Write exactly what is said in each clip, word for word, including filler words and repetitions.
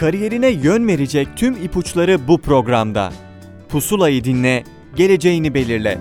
Kariyerine yön verecek tüm ipuçları bu programda. Pusulayı dinle, geleceğini belirle.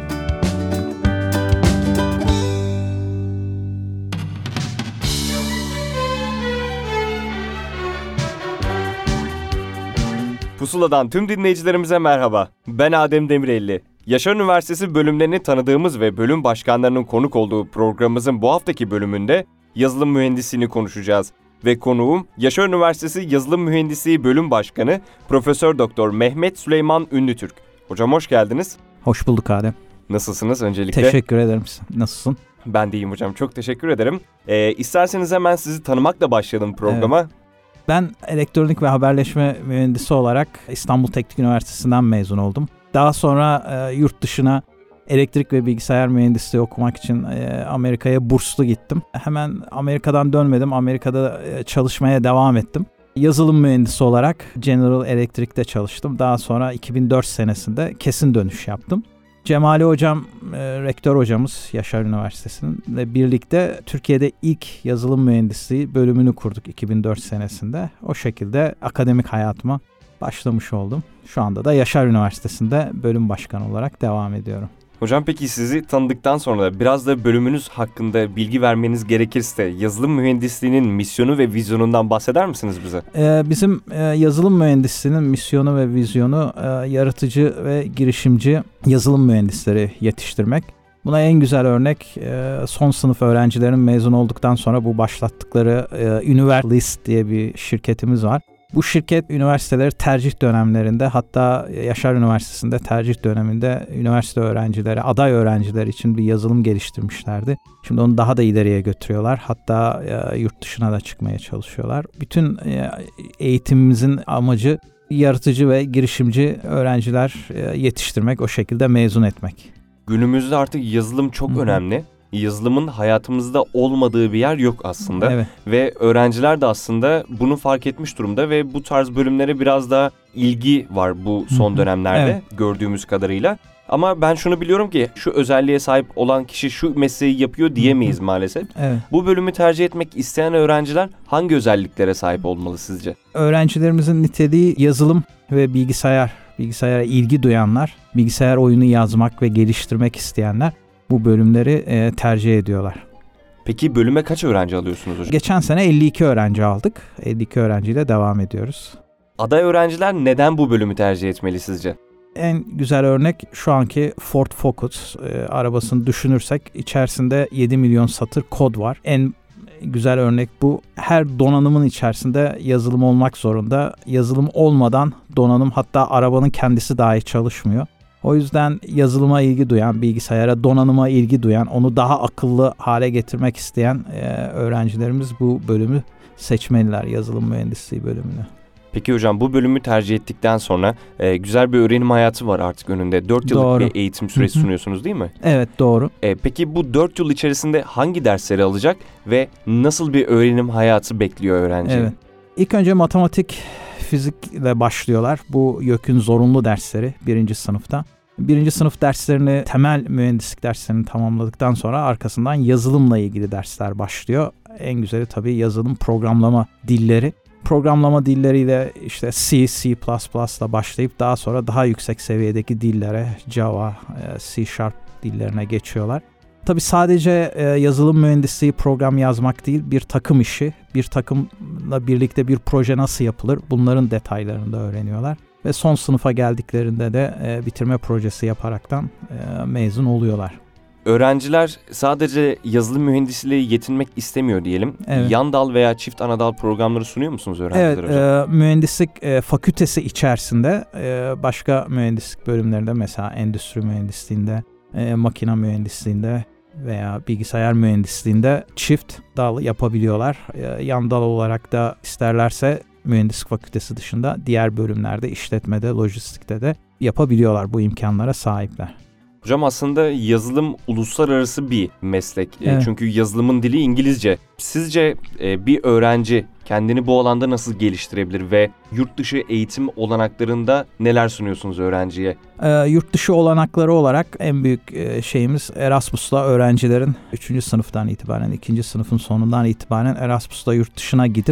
Pusula'dan tüm dinleyicilerimize merhaba. Ben Adem Demirelli. Yaşar Üniversitesi bölümlerini tanıdığımız ve bölüm başkanlarının konuk olduğu programımızın bu haftaki bölümünde yazılım mühendisliğini konuşacağız. Ve konuğum Yaşar Üniversitesi Yazılım Mühendisliği Bölüm Başkanı Profesör Doktor Mehmet Süleyman Ünlütürk. Hocam hoş geldiniz. Hoş bulduk Adem. Nasılsınız öncelikle? Teşekkür ederim. Nasılsın? Ben de iyiyim hocam. Çok teşekkür ederim. Ee, isterseniz hemen sizi tanımakla başlayalım programa. Evet. Ben elektronik ve haberleşme mühendisi olarak İstanbul Teknik Üniversitesi'nden mezun oldum. Daha sonra e, yurt dışına elektrik ve bilgisayar mühendisliği okumak için e, Amerika'ya burslu gittim. Hemen Amerika'dan dönmedim. Amerika'da e, çalışmaya devam ettim. Yazılım mühendisi olarak General Electric'te çalıştım. Daha sonra iki bin dört senesinde kesin dönüş yaptım. Cemali Hocam, e, rektör hocamız Yaşar Üniversitesi'nde birlikte Türkiye'de ilk yazılım mühendisliği bölümünü kurduk iki bin dört senesinde. O şekilde akademik hayatıma başlamış oldum. Şu anda da Yaşar Üniversitesi'nde bölüm başkanı olarak devam ediyorum. Hocam peki sizi tanıdıktan sonra biraz da bölümünüz hakkında bilgi vermeniz gerekirse yazılım mühendisliğinin misyonu ve vizyonundan bahseder misiniz bize? Ee, bizim e, yazılım mühendisliğinin misyonu ve vizyonu e, yaratıcı ve girişimci yazılım mühendisleri yetiştirmek. Buna en güzel örnek e, son sınıf öğrencilerin mezun olduktan sonra bu başlattıkları e, Univerlist diye bir şirketimiz var. Bu şirket üniversiteleri tercih dönemlerinde, hatta Yaşar Üniversitesi'nde tercih döneminde üniversite öğrencileri, aday öğrenciler için bir yazılım geliştirmişlerdi. Şimdi onu daha da ileriye götürüyorlar. Hatta e, yurt dışına da çıkmaya çalışıyorlar. Bütün e, eğitimimizin amacı yaratıcı ve girişimci öğrenciler e, yetiştirmek, o şekilde mezun etmek. Günümüzde artık yazılım çok Hı-hı. önemli. Yazılımın hayatımızda olmadığı bir yer yok aslında. Evet. Ve öğrenciler de aslında bunu fark etmiş durumda ve bu tarz bölümlere biraz daha ilgi var bu son Hı-hı. dönemlerde evet. gördüğümüz kadarıyla. Ama ben şunu biliyorum ki şu özelliğe sahip olan kişi şu mesleği yapıyor diyemeyiz Hı-hı. maalesef. Evet. Bu bölümü tercih etmek isteyen öğrenciler hangi özelliklere sahip olmalı sizce? Öğrencilerimizin niteliği yazılım ve bilgisayar. Bilgisayara ilgi duyanlar, bilgisayar oyunu yazmak ve geliştirmek isteyenler bu bölümleri e, tercih ediyorlar. Peki bölüme kaç öğrenci alıyorsunuz hocam? Geçen sene elli iki öğrenci aldık. elli iki öğrenciyle devam ediyoruz. Aday öğrenciler neden bu bölümü tercih etmeli sizce? En güzel örnek şu anki Ford Focus e, arabasını düşünürsek içerisinde yedi milyon satır kod var. En güzel örnek bu. Her donanımın içerisinde yazılım olmak zorunda. Yazılım olmadan donanım, hatta arabanın kendisi dahi çalışmıyor. O yüzden yazılıma ilgi duyan, bilgisayara, donanıma ilgi duyan, onu daha akıllı hale getirmek isteyen e, öğrencilerimiz bu bölümü seçmeliler, yazılım mühendisliği bölümünü. Peki hocam bu bölümü tercih ettikten sonra e, güzel bir öğrenim hayatı var artık önünde. dört yıllık doğru. bir eğitim süresi Hı-hı. sunuyorsunuz değil mi? Evet, doğru. E, peki bu dört yıl içerisinde hangi dersleri alacak ve nasıl bir öğrenim hayatı bekliyor öğrenciyi? Evet. İlk önce matematik, fizikle başlıyorlar. Bu YÖK'ün zorunlu dersleri birinci sınıfta. Birinci sınıf derslerini, temel mühendislik derslerini tamamladıktan sonra arkasından yazılımla ilgili dersler başlıyor. En güzeli tabii yazılım programlama dilleri. Programlama dilleriyle işte C, C plus plus'la başlayıp daha sonra daha yüksek seviyedeki dillere, Java, C Sharp dillerine geçiyorlar. Tabii sadece e, yazılım mühendisliği program yazmak değil, bir takım işi, bir takımla birlikte bir proje nasıl yapılır, bunların detaylarını da öğreniyorlar. Ve son sınıfa geldiklerinde de e, bitirme projesi yaparaktan e, mezun oluyorlar. Öğrenciler sadece yazılım mühendisliği yetinmek istemiyor diyelim. Evet. Yan dal veya çift ana dal programları sunuyor musunuz öğrencilere evet, hocam? E, mühendislik e, fakültesi içerisinde e, başka mühendislik bölümlerinde, mesela endüstri mühendisliğinde, e, makine mühendisliğinde veya bilgisayar mühendisliğinde çift dal yapabiliyorlar. E, yan dal olarak da isterlerse mühendislik fakültesi dışında diğer bölümlerde, işletmede, lojistikte de yapabiliyorlar, bu imkanlara sahipler. Hocam aslında yazılım uluslararası bir meslek. Evet. E, çünkü yazılımın dili İngilizce. Sizce e, bir öğrenci kendini bu alanda nasıl geliştirebilir ve yurt dışı eğitim olanaklarında neler sunuyorsunuz öğrenciye? E, yurt dışı olanakları olarak en büyük e, şeyimiz Erasmus'la öğrencilerin üçüncü sınıftan itibaren, ikinci sınıfın sonundan itibaren Erasmus'la yurt dışına gidip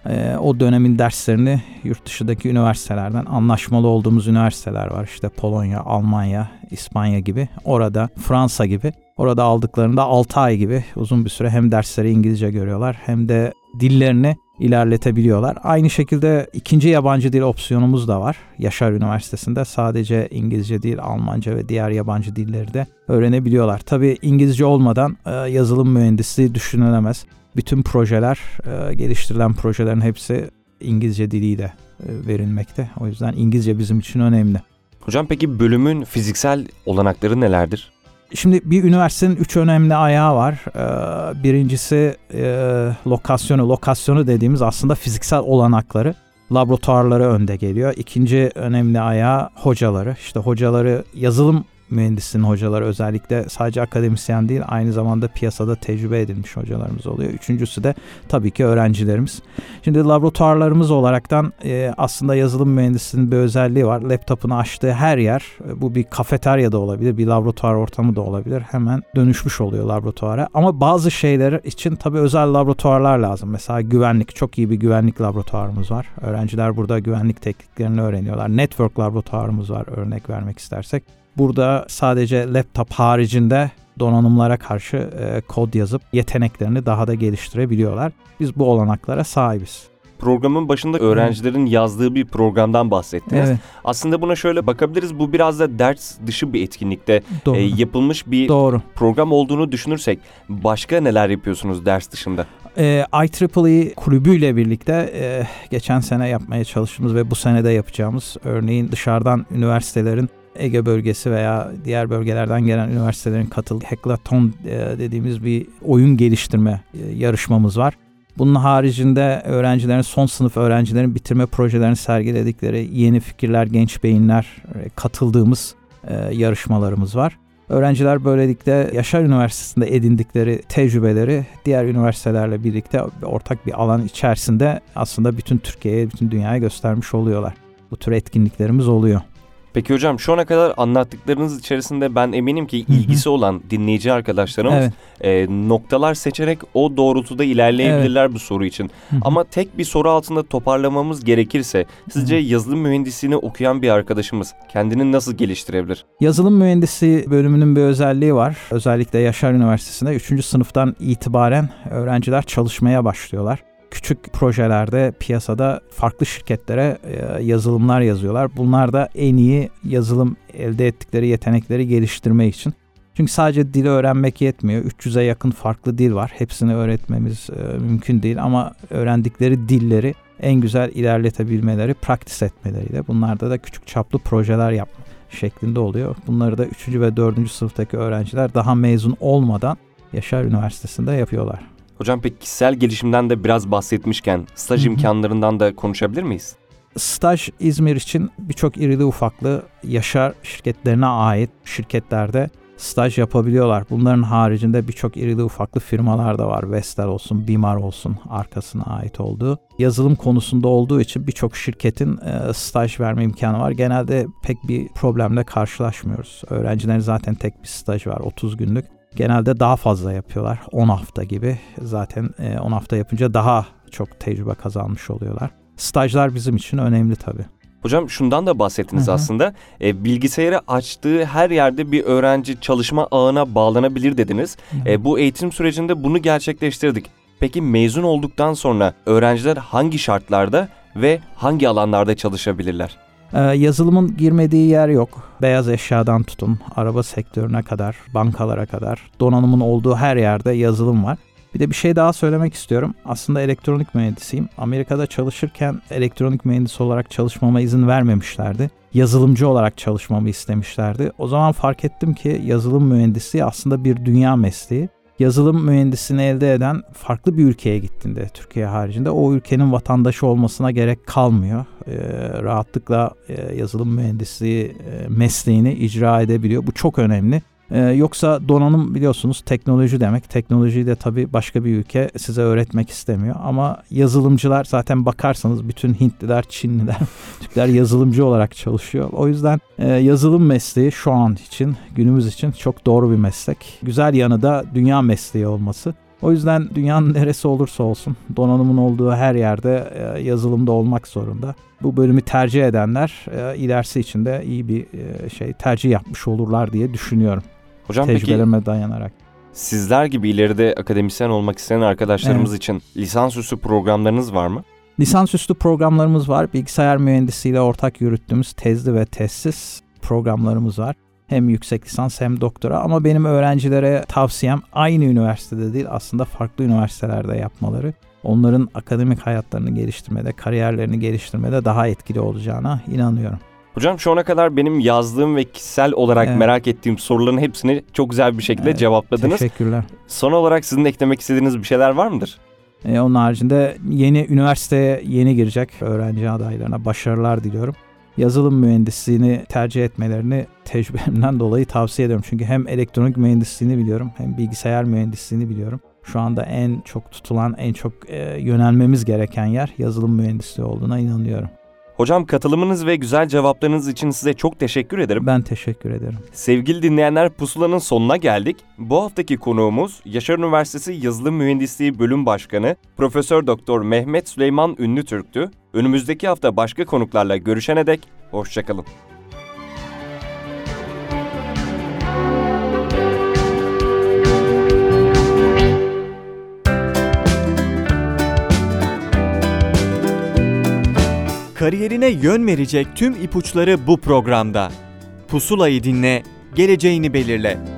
e, o dönemin derslerini yurt dışındaki üniversitelerden, anlaşmalı olduğumuz üniversiteler var. İşte Polonya, Almanya, İspanya gibi, orada Fransa gibi. Orada aldıklarında altı ay gibi uzun bir süre hem dersleri İngilizce görüyorlar hem de dillerini ilerletebiliyorlar. Aynı şekilde ikinci yabancı dil opsiyonumuz da var. Yaşar Üniversitesi'nde sadece İngilizce değil, Almanca ve diğer yabancı dilleri de öğrenebiliyorlar. Tabii İngilizce olmadan e, yazılım mühendisliği düşünülemez. Bütün projeler, e, geliştirilen projelerin hepsi İngilizce diliyle e, verilmekte. O yüzden İngilizce bizim için önemli. Hocam peki bölümün fiziksel olanakları nelerdir? Şimdi bir üniversitenin üç önemli ayağı var. Ee, birincisi e, lokasyonu. Lokasyonu dediğimiz aslında fiziksel olanakları. Laboratuvarları önde geliyor. İkinci önemli ayağı hocaları. İşte hocaları, yazılım mühendisliğinin hocaları özellikle sadece akademisyen değil, aynı zamanda piyasada tecrübe edilmiş hocalarımız oluyor. Üçüncüsü de tabii ki öğrencilerimiz. Şimdi laboratuvarlarımız olaraktan e, aslında yazılım mühendisliğinin bir özelliği var. Laptopunu açtığı her yer, e, bu bir kafeterya da olabilir, bir laboratuvar ortamı da olabilir. Hemen dönüşmüş oluyor laboratuvara. Ama bazı şeyler için tabii özel laboratuvarlar lazım. Mesela güvenlik, çok iyi bir güvenlik laboratuvarımız var. Öğrenciler burada güvenlik tekniklerini öğreniyorlar. Network laboratuvarımız var, örnek vermek istersek. Burada sadece laptop haricinde donanımlara karşı e, kod yazıp yeteneklerini daha da geliştirebiliyorlar. Biz bu olanaklara sahibiz. Programın başında öğrencilerin yazdığı bir programdan bahsettiniz. Evet. Aslında buna şöyle bakabiliriz. Bu biraz da ders dışı bir etkinlikte Doğru. e, yapılmış bir Doğru. program olduğunu düşünürsek başka neler yapıyorsunuz ders dışında? E, I triple E kulübüyle birlikte e, geçen sene yapmaya çalıştığımız ve bu sene de yapacağımız, örneğin dışarıdan üniversitelerin, Ege bölgesi veya diğer bölgelerden gelen üniversitelerin katıldığı Hackathon dediğimiz bir oyun geliştirme yarışmamız var. Bunun haricinde öğrencilerin, son sınıf öğrencilerin bitirme projelerini sergiledikleri Yeni Fikirler, Genç Beyinler katıldığımız yarışmalarımız var. Öğrenciler böylelikle Yaşar Üniversitesi'nde edindikleri tecrübeleri diğer üniversitelerle birlikte ortak bir alan içerisinde aslında bütün Türkiye'ye, bütün dünyaya göstermiş oluyorlar. Bu tür etkinliklerimiz oluyor. Peki hocam, şu ana kadar anlattıklarınız içerisinde ben eminim ki ilgisi olan dinleyici arkadaşlarımız Evet. e, noktalar seçerek o doğrultuda ilerleyebilirler evet. bu soru için. Hı-hı. Ama tek bir soru altında toparlamamız gerekirse sizce Hı-hı. yazılım mühendisliğini okuyan bir arkadaşımız kendini nasıl geliştirebilir? Yazılım mühendisliği bölümünün bir özelliği var. Özellikle Yaşar Üniversitesi'nde üçüncü sınıftan itibaren öğrenciler çalışmaya başlıyorlar. Küçük projelerde piyasada farklı şirketlere e, yazılımlar yazıyorlar. Bunlar da en iyi yazılım elde ettikleri yetenekleri geliştirmek için. Çünkü sadece dili öğrenmek yetmiyor. üç yüze yakın farklı dil var. Hepsini öğretmemiz e, mümkün değil ama öğrendikleri dilleri en güzel ilerletebilmeleri, praktis etmeleriyle. Bunlarda da küçük çaplı projeler yapma şeklinde oluyor. Bunları da üçüncü ve dördüncü sınıftaki öğrenciler daha mezun olmadan Yaşar Üniversitesi'nde yapıyorlar. Hocam peki kişisel gelişimden de biraz bahsetmişken staj Hı-hı. imkanlarından da konuşabilir miyiz? Staj İzmir için birçok irili ufaklı Yaşar şirketlerine ait şirketlerde staj yapabiliyorlar. Bunların haricinde birçok irili ufaklı firmalar da var. Vestel olsun, Bimar olsun, arkasına ait olduğu. Yazılım konusunda olduğu için birçok şirketin e, staj verme imkanı var. Genelde pek bir problemle karşılaşmıyoruz. Öğrencilerin zaten tek bir stajı var, otuz günlük. Genelde daha fazla yapıyorlar. on hafta gibi. Zaten on hafta yapınca daha çok tecrübe kazanmış oluyorlar. Stajlar bizim için önemli tabii. Hocam şundan da bahsettiniz Hı-hı. aslında. E, bilgisayarı açtığı her yerde bir öğrenci çalışma ağına bağlanabilir dediniz. E, bu eğitim sürecinde bunu gerçekleştirdik. Peki mezun olduktan sonra öğrenciler hangi şartlarda ve hangi alanlarda çalışabilirler? Ee, yazılımın girmediği yer yok. Beyaz eşyadan tutun, araba sektörüne kadar, bankalara kadar, donanımın olduğu her yerde yazılım var. Bir de bir şey daha söylemek istiyorum. Aslında elektronik mühendisiyim. Amerika'da çalışırken elektronik mühendisi olarak çalışmama izin vermemişlerdi. Yazılımcı olarak çalışmamı istemişlerdi. O zaman fark ettim ki yazılım mühendisliği aslında bir dünya mesleği. Yazılım mühendisliğini elde eden farklı bir ülkeye gittiğinde, Türkiye haricinde, o ülkenin vatandaşı olmasına gerek kalmıyor. Ee, rahatlıkla e, yazılım mühendisliği e, mesleğini icra edebiliyor. Bu çok önemli. Ee, yoksa donanım biliyorsunuz teknoloji demek. Teknolojiyi de tabii başka bir ülke size öğretmek istemiyor. Ama yazılımcılar zaten bakarsanız bütün Hintliler, Çinliler, Türkler yazılımcı olarak çalışıyor. O yüzden e, yazılım mesleği şu an için, günümüz için çok doğru bir meslek. Güzel yanı da dünya mesleği olması. O yüzden dünyanın neresi olursa olsun donanımın olduğu her yerde e, yazılımda olmak zorunda. Bu bölümü tercih edenler e, ilerisi için de iyi bir e, şey tercih yapmış olurlar diye düşünüyorum. Hocam Tecrübelerime peki dayanarak. sizler gibi ileride akademisyen olmak isteyen arkadaşlarımız Evet. için lisansüstü programlarınız var mı? Lisansüstü programlarımız var. Bilgisayar mühendisiyle ortak yürüttüğümüz tezli ve tezsiz programlarımız var. Hem yüksek lisans hem doktora, ama benim öğrencilere tavsiyem aynı üniversitede değil, aslında farklı üniversitelerde yapmaları. Onların akademik hayatlarını geliştirmede, kariyerlerini geliştirmede daha etkili olacağına inanıyorum. Hocam şu ana kadar benim yazdığım ve kişisel olarak Evet. merak ettiğim soruların hepsini çok güzel bir şekilde Evet, cevapladınız. Teşekkürler. Son olarak sizin eklemek istediğiniz bir şeyler var mıdır? E, onun haricinde yeni üniversiteye yeni girecek öğrenci adaylarına başarılar diliyorum. Yazılım mühendisliğini tercih etmelerini tecrübemden dolayı tavsiye ediyorum. Çünkü hem elektronik mühendisliğini biliyorum hem bilgisayar mühendisliğini biliyorum. Şu anda en çok tutulan, en çok e, yönelmemiz gereken yer yazılım mühendisliği olduğuna inanıyorum. Hocam katılımınız ve güzel cevaplarınız için size çok teşekkür ederim. Ben teşekkür ederim. Sevgili dinleyenler, Pusula'nın sonuna geldik. Bu haftaki konuğumuz Yaşar Üniversitesi Yazılım Mühendisliği Bölüm Başkanı Profesör Doktor Mehmet Süleyman Ünlütürk'tü. Önümüzdeki hafta başka konuklarla görüşene dek hoşça kalın. Kariyerine yön verecek tüm ipuçları bu programda. Pusulayı dinle, geleceğini belirle.